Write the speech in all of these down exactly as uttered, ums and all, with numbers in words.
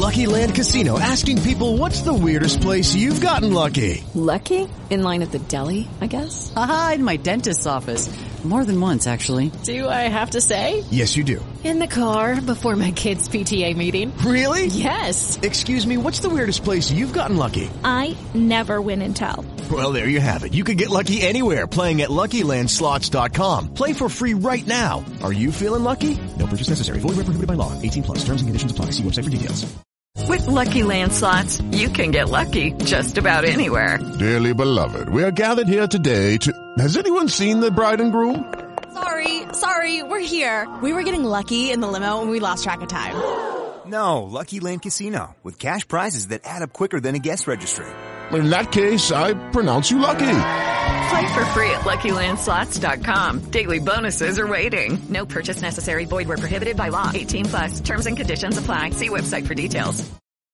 Lucky Land Casino, asking people, what's the weirdest place you've gotten lucky? Lucky? In line at the deli, I guess? Aha, in my dentist's office. More than once, actually. Do I have to say? Yes, you do. In the car before my kids' P T A meeting. Really? Yes. Excuse me, what's the weirdest place you've gotten lucky? I never win and tell. Well, there you have it. You can get lucky anywhere, playing at Lucky Land Slots dot com. Play for free right now. Are you feeling lucky? No purchase necessary. Void where prohibited by law. eighteen plus. Terms and conditions apply. See website for details. With Lucky Land Slots, you can get lucky just about anywhere. Dearly beloved, we are gathered here today to... Has anyone seen the bride and groom? Sorry, sorry, we're here. We were getting lucky in the limo and we lost track of time. No, Lucky Land Casino, with cash prizes that add up quicker than a guest registry. In that case, I pronounce you lucky. Play for free at Lucky Land Slots dot com. Daily bonuses are waiting. No purchase necessary. Void where prohibited by law. eighteen plus. Terms and conditions apply. See website for details.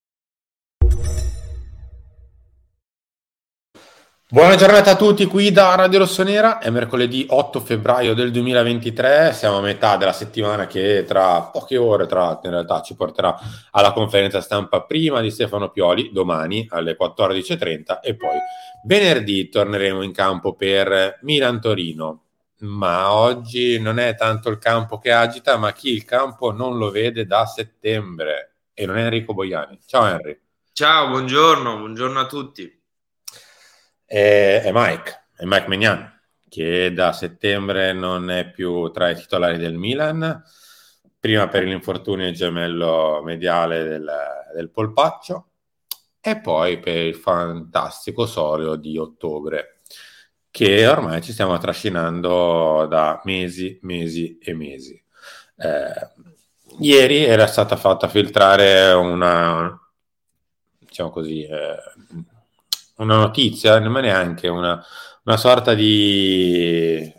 Buona giornata a tutti qui da Radio Rossonera. È mercoledì otto febbraio del duemilaventitré. Siamo a metà della settimana che tra poche ore, tra in realtà ci porterà alla conferenza stampa prima di Stefano Pioli, domani alle quattordici e trenta, e poi venerdì torneremo in campo per Milan-Torino. Ma oggi non è tanto il campo che agita, ma chi il campo non lo vede da settembre. E non è Enrico Boiani. Ciao Henry. Ciao, buongiorno, buongiorno a tutti. È, è Mike, è Mike Maignan, che da settembre non è più tra i titolari del Milan, prima per l'infortunio gemello mediale del, del polpaccio e poi per il fantastico Sorio di ottobre, che ormai ci stiamo trascinando da mesi, mesi e mesi. Eh, ieri era stata fatta filtrare una, diciamo così, eh, una notizia, ma neanche una, una sorta di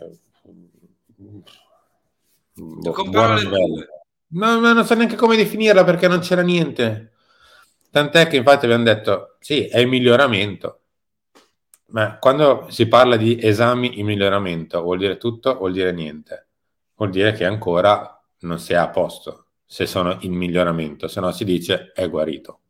boh, buona novella. No, no, non so neanche come definirla perché non c'era niente. Tant'è che infatti abbiamo detto sì, è in miglioramento. Ma quando si parla di esami in miglioramento vuol dire tutto, vuol dire niente. Vuol dire che ancora non si è a posto se sono in miglioramento, se no si dice è guarito.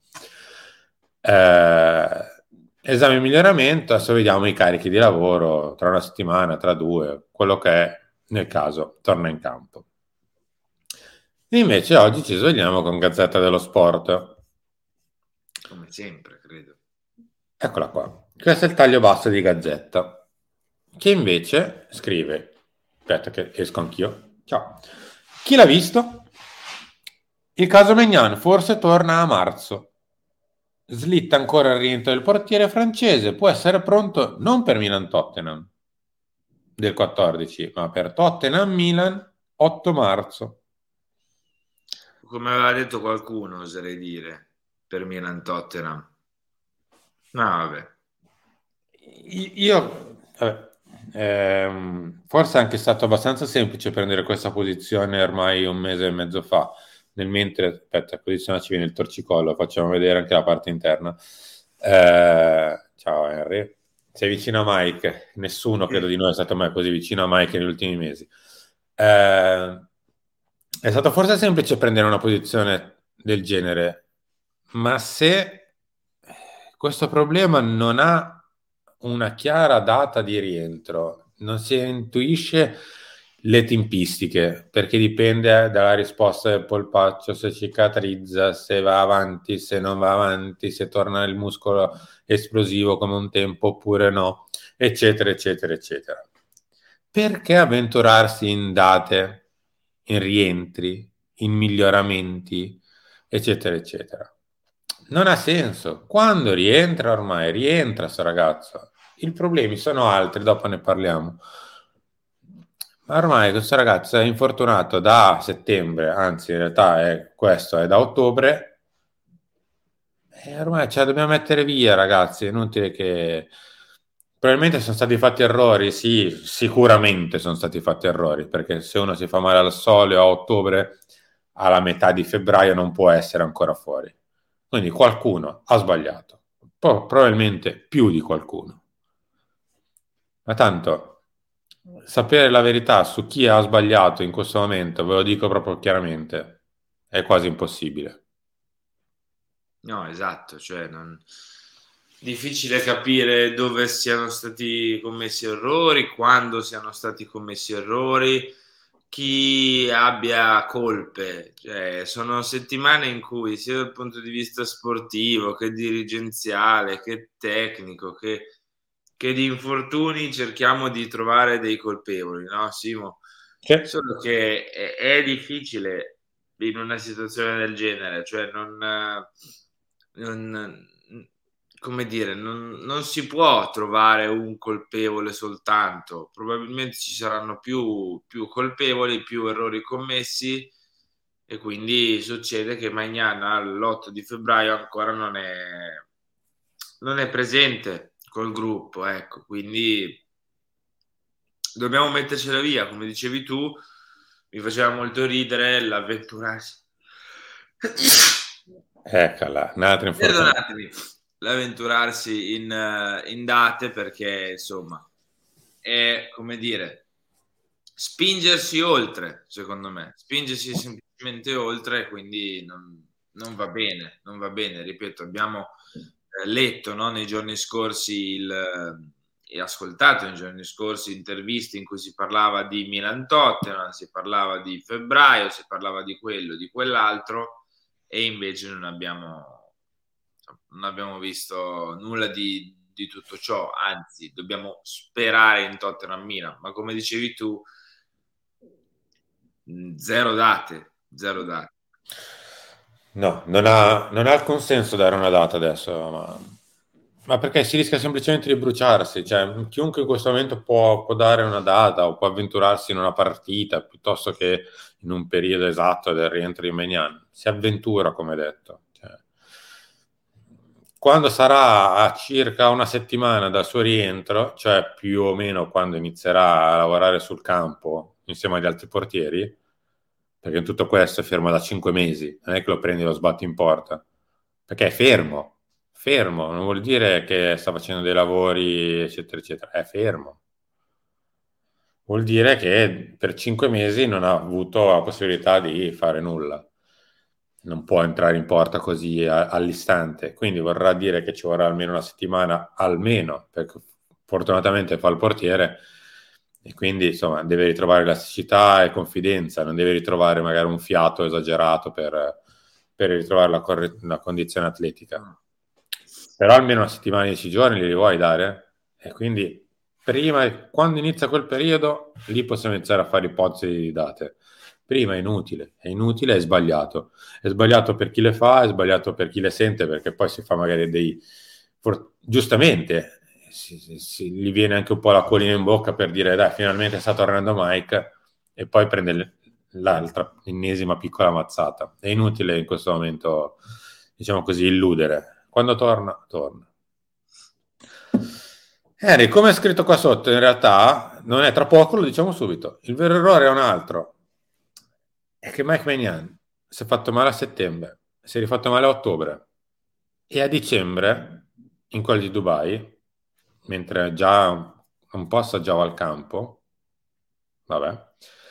Eh Esame in miglioramento, adesso vediamo i carichi di lavoro tra una settimana, tra due, quello che è nel caso torna in campo. E invece oggi ci svegliamo con Gazzetta dello Sport. Come sempre, credo. Eccola qua. Questo è il taglio basso di Gazzetta, che invece scrive, aspetta che esco anch'io, ciao. Chi l'ha visto? Il caso Maignan forse torna a marzo. Slitta ancora il rientro del portiere francese, può essere pronto non per Milan-Tottenham del quattordici, ma per Tottenham-Milan otto marzo. Come aveva detto qualcuno, oserei dire, per Milan-Tottenham. No, vabbè. Io, vabbè, ehm, forse è anche stato abbastanza semplice prendere questa posizione ormai un mese e mezzo fa. Nel mentre, aspetta, posizionaci viene il torcicollo, facciamo vedere anche la parte interna. Eh, ciao Henry, sei vicino a Mike, nessuno credo di noi è stato mai così vicino a Mike negli ultimi mesi. Eh, è stato forse semplice prendere una posizione del genere, ma se questo problema non ha una chiara data di rientro, non si intuisce le tempistiche, perché dipende dalla risposta del polpaccio, se cicatrizza, se va avanti, se non va avanti, se torna il muscolo esplosivo come un tempo oppure no, eccetera, eccetera, eccetera. Perché avventurarsi in date, in rientri, in miglioramenti, eccetera, eccetera? Non ha senso. Quando rientra ormai, rientra sto ragazzo. I problemi sono altri, dopo ne parliamo. Ma ormai questo ragazzo è infortunato da settembre, anzi in realtà è, questo è da ottobre, e ormai ce la dobbiamo mettere via, ragazzi. È inutile che... Probabilmente sono stati fatti errori, sì, sicuramente sono stati fatti errori, perché se uno si fa male al soleo a ottobre, alla metà di febbraio non può essere ancora fuori. Quindi qualcuno ha sbagliato, Pro- probabilmente più di qualcuno. Ma tanto... sapere la verità su chi ha sbagliato in questo momento, ve lo dico proprio chiaramente, è quasi impossibile. No, esatto, cioè non... difficile capire dove siano stati commessi errori, quando siano stati commessi errori, chi abbia colpe. Cioè, sono settimane in cui sia dal punto di vista sportivo che dirigenziale, che tecnico, che, che di infortuni cerchiamo di trovare dei colpevoli, no Simo? Sì. Solo che è, è difficile in una situazione del genere, cioè non... non come dire, non, non si può trovare un colpevole soltanto, probabilmente ci saranno più, più colpevoli, più errori commessi, e quindi succede che Maignan all'otto di febbraio ancora non è, non è presente col gruppo, ecco, quindi dobbiamo mettercela via, come dicevi tu. Mi faceva molto ridere l'avventurarsi. Eccola, un'altra informazione. Perdonatemi. L'avventurarsi in, in date, perché insomma è, come dire, spingersi oltre, secondo me, spingersi semplicemente oltre, quindi non, non va bene, non va bene, ripeto, abbiamo eh, letto, no, nei giorni scorsi il, e ascoltato nei giorni scorsi interviste in cui si parlava di Milan-Tottenham, si parlava di febbraio, si parlava di quello, di quell'altro, e invece non abbiamo non abbiamo visto nulla di, di tutto ciò, anzi dobbiamo sperare in Tottenham Milan, ma come dicevi tu, zero date, zero date. No, non ha, non ha alcun senso dare una data adesso, ma, ma perché si rischia semplicemente di bruciarsi, cioè chiunque in questo momento può, può dare una data o può avventurarsi in una partita piuttosto che in un periodo esatto del rientro di Maignan, si avventura, come detto. Quando sarà a circa una settimana dal suo rientro, cioè più o meno quando inizierà a lavorare sul campo insieme agli altri portieri, perché in tutto questo è fermo da cinque mesi, non è che lo prendi e lo sbatti in porta, perché è fermo, fermo, non vuol dire che sta facendo dei lavori, eccetera, eccetera, è fermo. Vuol dire che per cinque mesi non ha avuto la possibilità di fare nulla. Non può entrare in porta così a, all'istante, quindi vorrà dire che ci vorrà almeno una settimana, almeno, perché fortunatamente fa il portiere e quindi insomma deve ritrovare elasticità e confidenza, non deve ritrovare magari un fiato esagerato per, per ritrovare la, corre- la condizione atletica. Però almeno una settimana, dieci giorni li vuoi dare? E quindi prima, quando inizia quel periodo, lì possiamo iniziare a fare ipotesi di date. Prima è inutile, è inutile, è sbagliato. È sbagliato per chi le fa, è sbagliato per chi le sente, perché poi si fa magari dei... For... giustamente, si, si, si, gli viene anche un po' la colina in bocca per dire dai, finalmente sta tornando Mike, e poi prende l'altra, l'ennesima piccola mazzata. È inutile in questo momento, diciamo così, illudere. Quando torna, torna. Henry, come è scritto qua sotto, in realtà non è tra poco, lo diciamo subito. Il vero errore è un altro. È che Mike Maignan si è fatto male a settembre, si è rifatto male a ottobre e a dicembre, in quel di Dubai, mentre già un po' assaggiava il campo, vabbè,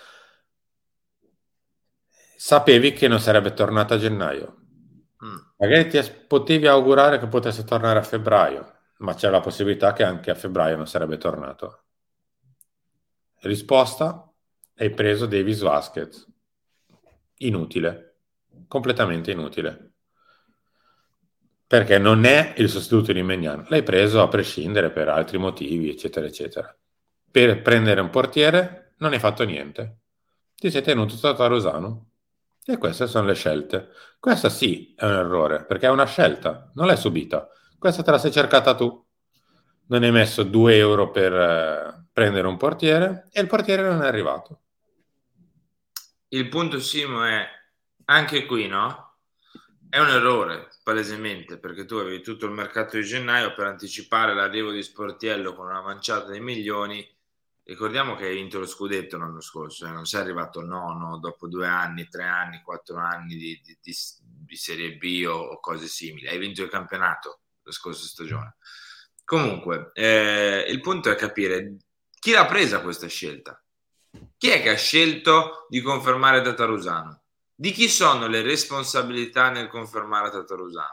sapevi che non sarebbe tornato a gennaio. Mm. Magari ti potevi augurare che potesse tornare a febbraio, ma c'è la possibilità che anche a febbraio non sarebbe tornato. Risposta: hai preso Davis Vasquez. Inutile, completamente inutile, perché non è il sostituto di Maignan. L'hai preso a prescindere per altri motivi, eccetera, eccetera. Per prendere un portiere non hai fatto niente. Ti sei tenuto Tatarusanu. E queste sono le scelte. Questa sì è un errore, perché è una scelta, non l'hai subita. Questa te la sei cercata tu. Non hai messo due euro per eh, prendere un portiere e il portiere non è arrivato. Il punto, Simo, è anche qui, no? È un errore, palesemente, perché tu avevi tutto il mercato di gennaio per anticipare l'arrivo di Sportiello con una manciata di milioni. Ricordiamo che hai vinto lo scudetto l'anno scorso, eh? Non sei arrivato nono dopo due anni, tre anni, quattro anni di, di, di, di Serie B o, o cose simili. Hai vinto il campionato la scorsa stagione. Comunque, eh, il punto è capire chi l'ha presa questa scelta. Chi è che ha scelto di confermare Tatarusanu? Di chi sono le responsabilità nel confermare Tatarusanu?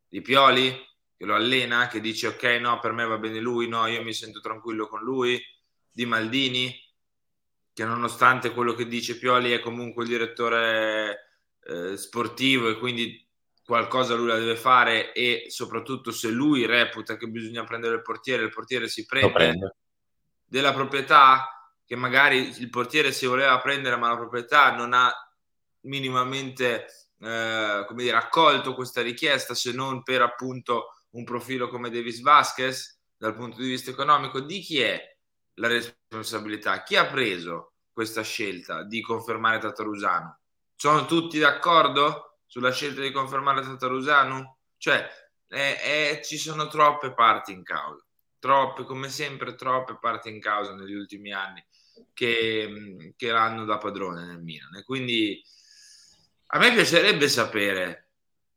Di Pioli, che lo allena, che dice ok, no, per me va bene lui, no, io mi sento tranquillo con lui. Di Maldini, che nonostante quello che dice Pioli è comunque il direttore eh, sportivo e quindi qualcosa lui la deve fare, e soprattutto se lui reputa che bisogna prendere il portiere, il portiere si prende, prende. Della proprietà, che magari il portiere si voleva prendere ma la proprietà non ha minimamente eh, come dire, accolto questa richiesta, se non per appunto un profilo come Davis Vasquez. Dal punto di vista economico, di chi è la responsabilità? Chi ha preso questa scelta di confermare Tatarusanu? Sono tutti d'accordo sulla scelta di confermare Tatarusanu? Cioè, eh, eh, ci sono troppe parti in causa, troppe, come sempre, troppe parti in causa negli ultimi anni che, che l'hanno da padrone nel Milan. E quindi a me piacerebbe sapere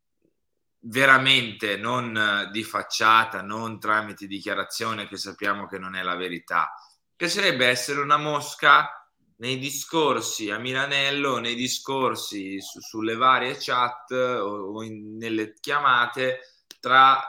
veramente, non di facciata, non tramite dichiarazione che sappiamo che non è la verità, piacerebbe essere una mosca nei discorsi a Milanello, nei discorsi su, sulle varie chat o, o in, nelle chiamate tra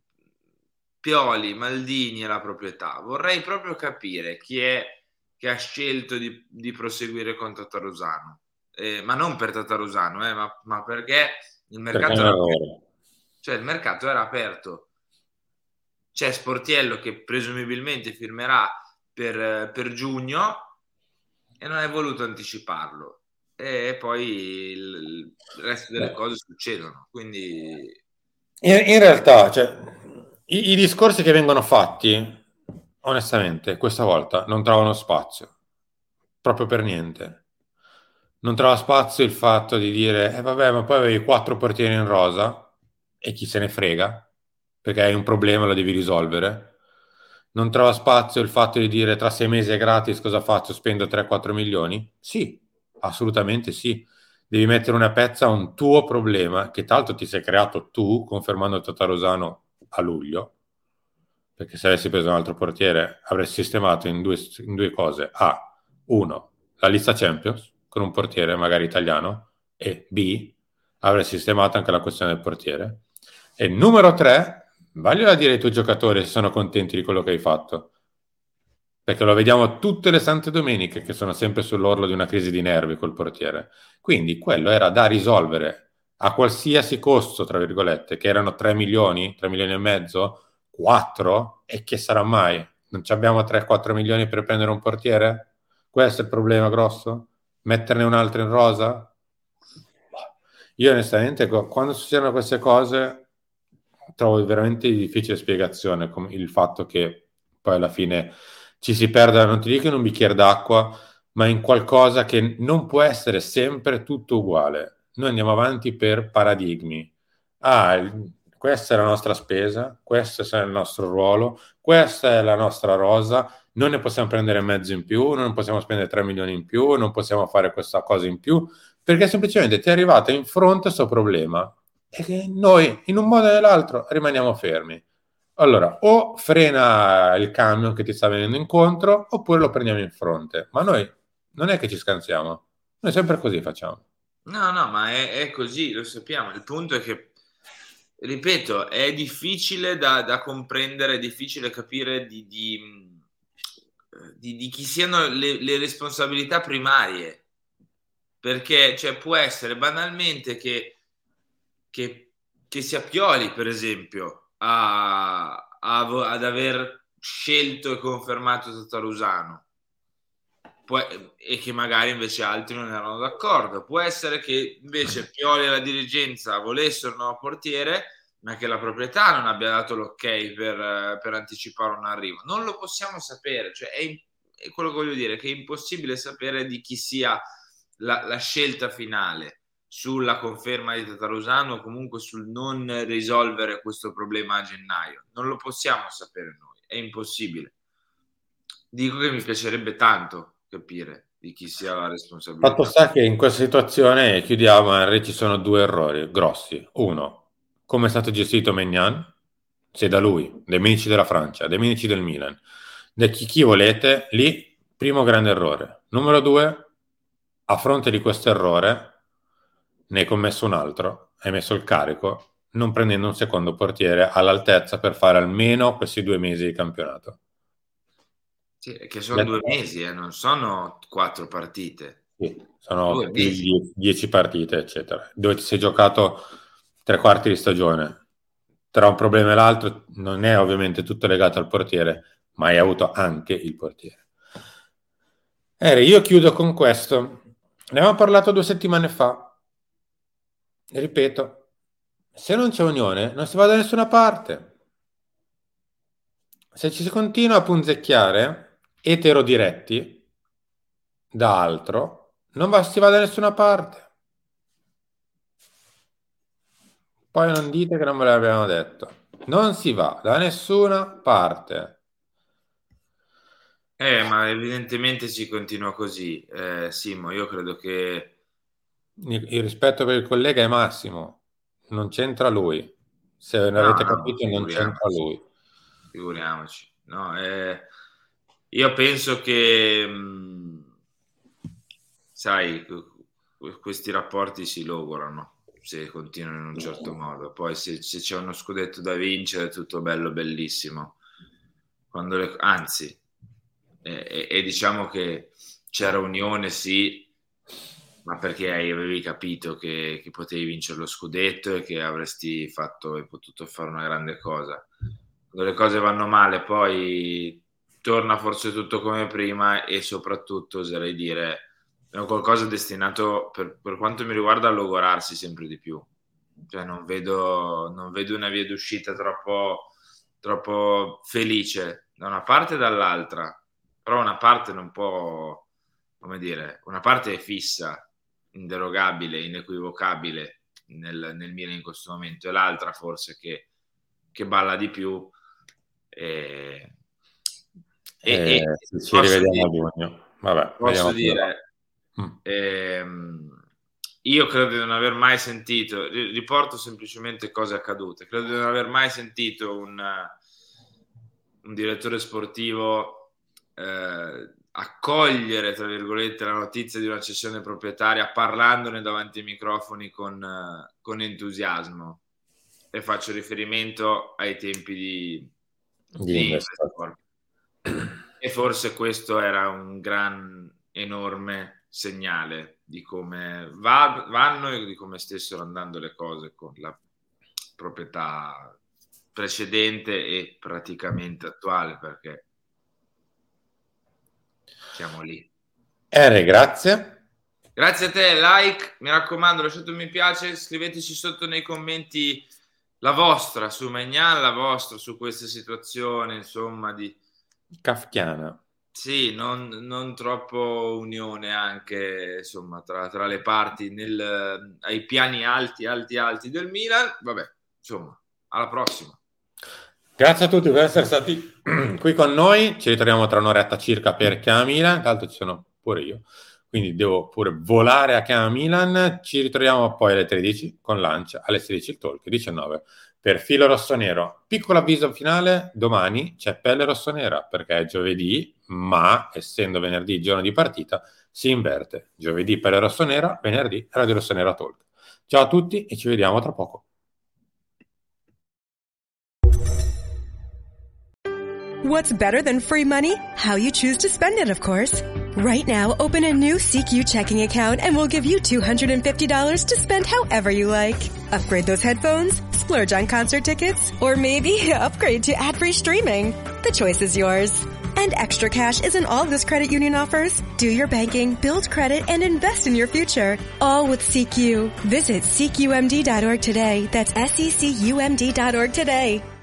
Pioli, Maldini e la proprietà. Vorrei proprio capire chi è che ha scelto di, di proseguire con Tatarusanu, eh, ma non per Tatarusanu, eh, ma, ma perché il mercato Perché era non aperto. Cioè il mercato era aperto. C'è Sportiello che presumibilmente firmerà per, per giugno e non hai voluto anticiparlo, e poi il, il resto delle Beh. cose succedono, quindi In, in realtà, cioè, i, i discorsi che vengono fatti, onestamente, questa volta non trovano spazio, proprio per niente. Non trova spazio il fatto di dire, eh vabbè, ma poi avevi quattro portieri in rosa e chi se ne frega, perché hai un problema e lo devi risolvere. Non trova spazio il fatto di dire, tra sei mesi è gratis, cosa faccio? Spendo tre quattro milioni? Sì, assolutamente sì. Devi mettere una pezza a un tuo problema, che tra l'altro ti sei creato tu, confermando Tatarusanu a luglio, perché se avessi preso un altro portiere avresti sistemato in due, in due cose. A, uno, la lista Champions, con un portiere magari italiano, e B, avresti sistemato anche la questione del portiere. E numero tre, vaglielo a dire ai tuoi giocatori se sono contenti di quello che hai fatto, perché lo vediamo tutte le sante domeniche che sono sempre sull'orlo di una crisi di nervi col portiere. Quindi quello era da risolvere a qualsiasi costo, tra virgolette, che erano tre milioni, tre milioni e mezzo, quattro, e che sarà mai? Non ci abbiamo tre quattro milioni per prendere un portiere? Questo è il problema grosso? Metterne un altro in rosa? Io onestamente, quando succedono queste cose, trovo veramente di difficile spiegazione come il fatto che poi alla fine ci si perda, non ti dico in un bicchiere d'acqua, ma in qualcosa che non può essere sempre tutto uguale. Noi andiamo avanti per paradigmi. Ah, questa è la nostra spesa, questo è il nostro ruolo, questa è la nostra rosa, non ne possiamo prendere mezzo in più, non possiamo spendere tre milioni in più, non possiamo fare questa cosa in più, perché semplicemente ti è arrivato in fronte questo problema e che noi, in un modo o nell'altro, rimaniamo fermi. Allora, o frena il camion che ti sta venendo incontro, oppure lo prendiamo in fronte. Ma noi non è che ci scansiamo, noi sempre così facciamo. No, no, ma è, è così, lo sappiamo. Il punto è che, ripeto, è difficile da, da comprendere, è difficile capire di, di, di, di chi siano le, le responsabilità primarie. Perché cioè, può essere banalmente che, che, che sia Pioli, per esempio, a, a, ad aver scelto e confermato Tatarusanu, può, e che magari invece altri non erano d'accordo. Può essere che invece Pioli e la dirigenza volessero un nuovo portiere, ma che la proprietà non abbia dato l'ok per, per anticipare un arrivo. Non lo possiamo sapere, cioè è, è quello che voglio dire, che è impossibile sapere di chi sia la, la scelta finale sulla conferma di Tatarusanu o comunque sul non risolvere questo problema a gennaio. Non lo possiamo sapere noi, è impossibile. Dico che mi piacerebbe tanto capire di chi sia la responsabilità. Fatto sta che in questa situazione, chiudiamo, Henry, ci sono due errori grossi. Uno, come è stato gestito Maignan, se da lui, dai medici della Francia, dai medici del Milan, da chi, chi volete, lì, primo grande errore. Numero due, a fronte di questo errore ne hai commesso un altro, hai messo il carico non prendendo un secondo portiere all'altezza per fare almeno questi due mesi di campionato. Sì, che sono due mesi, eh, non sono quattro partite. Sì, sono die- dieci partite, eccetera, dove ti sei giocato tre quarti di stagione. Tra un problema e l'altro non è ovviamente tutto legato al portiere, ma hai avuto anche il portiere. Eri, io chiudo con questo. Ne avevamo parlato due settimane fa. Ripeto, se non c'è unione non si va da nessuna parte. Se ci si continua a punzecchiare eterodiretti da altro, non va, si va da nessuna parte. Poi non dite che non ve l'abbiamo detto. Non si va da nessuna parte. Eh, ma evidentemente si continua così. Eh, Simo, io credo che... Il, il rispetto per il collega è massimo. Non c'entra lui. Se non No, avete no, capito, non c'entra lui. Figuriamoci. No, eh, io penso che, mh, sai, questi rapporti si logorano se continuano in un certo modo. Poi se, se c'è uno scudetto da vincere è tutto bello, bellissimo. Quando le, anzi, e, e, e diciamo che c'era unione, sì, ma perché avevi capito che, che potevi vincere lo scudetto e che avresti fatto e potuto fare una grande cosa. Quando le cose vanno male poi torna forse tutto come prima e soprattutto oserei dire è qualcosa destinato, per, per quanto mi riguarda, a logorarsi sempre di più. Cioè non vedo, non vedo una via d'uscita troppo, troppo felice da una parte e dall'altra, però una parte non può, come dire, una parte è fissa, inderogabile, inequivocabile nel, nel Milan in questo momento, e l'altra forse che, che balla di più. E, e, eh, e ci rivediamo a giugno. Vabbè, posso dire mm. ehm, io credo di non aver mai sentito, riporto semplicemente cose accadute, credo di non aver mai sentito un, un direttore sportivo eh, accogliere, tra virgolette, la notizia di una cessione proprietaria parlandone davanti ai microfoni con, con entusiasmo, e faccio riferimento ai tempi di Di e forse questo era un gran enorme segnale di come va, vanno e di come stessero andando le cose con la proprietà precedente e praticamente attuale, perché siamo lì. Ere, grazie. Grazie a te, like, mi raccomando, lasciate un mi piace, scriveteci sotto nei commenti la vostra su Maignan, la vostra su questa situazione, insomma, di kafkiana. Sì, non, non troppo unione anche, insomma, tra, tra le parti nel, ai piani alti, alti, alti del Milan. Vabbè, insomma, alla prossima. Grazie a tutti per essere stati qui con noi. Ci ritroviamo tra un'oretta circa per Chiama Milan. Tanto ci sono pure io, quindi devo pure volare a Chiama Milan. Ci ritroviamo poi alle tredici con Lancia, alle sedici il talk, diciannove per Filo Rossonero. Piccolo avviso finale: domani c'è Pelle Rossonera perché è giovedì, ma essendo venerdì giorno di partita si inverte. Giovedì Pelle Rossonera, venerdì Radio Rossonera Talk. Ciao a tutti e ci vediamo tra poco. What's better than free money? How you choose to spend it, of course. Right now, open a new C Q checking account and we'll give you two hundred fifty dollars to spend however you like. Upgrade those headphones, splurge on concert tickets, or maybe upgrade to ad-free streaming. The choice is yours. And extra cash isn't all this credit union offers. Do your banking, build credit, and invest in your future. All with C Q. Visit C Q M D dot org today. That's S E C U M D dot org today.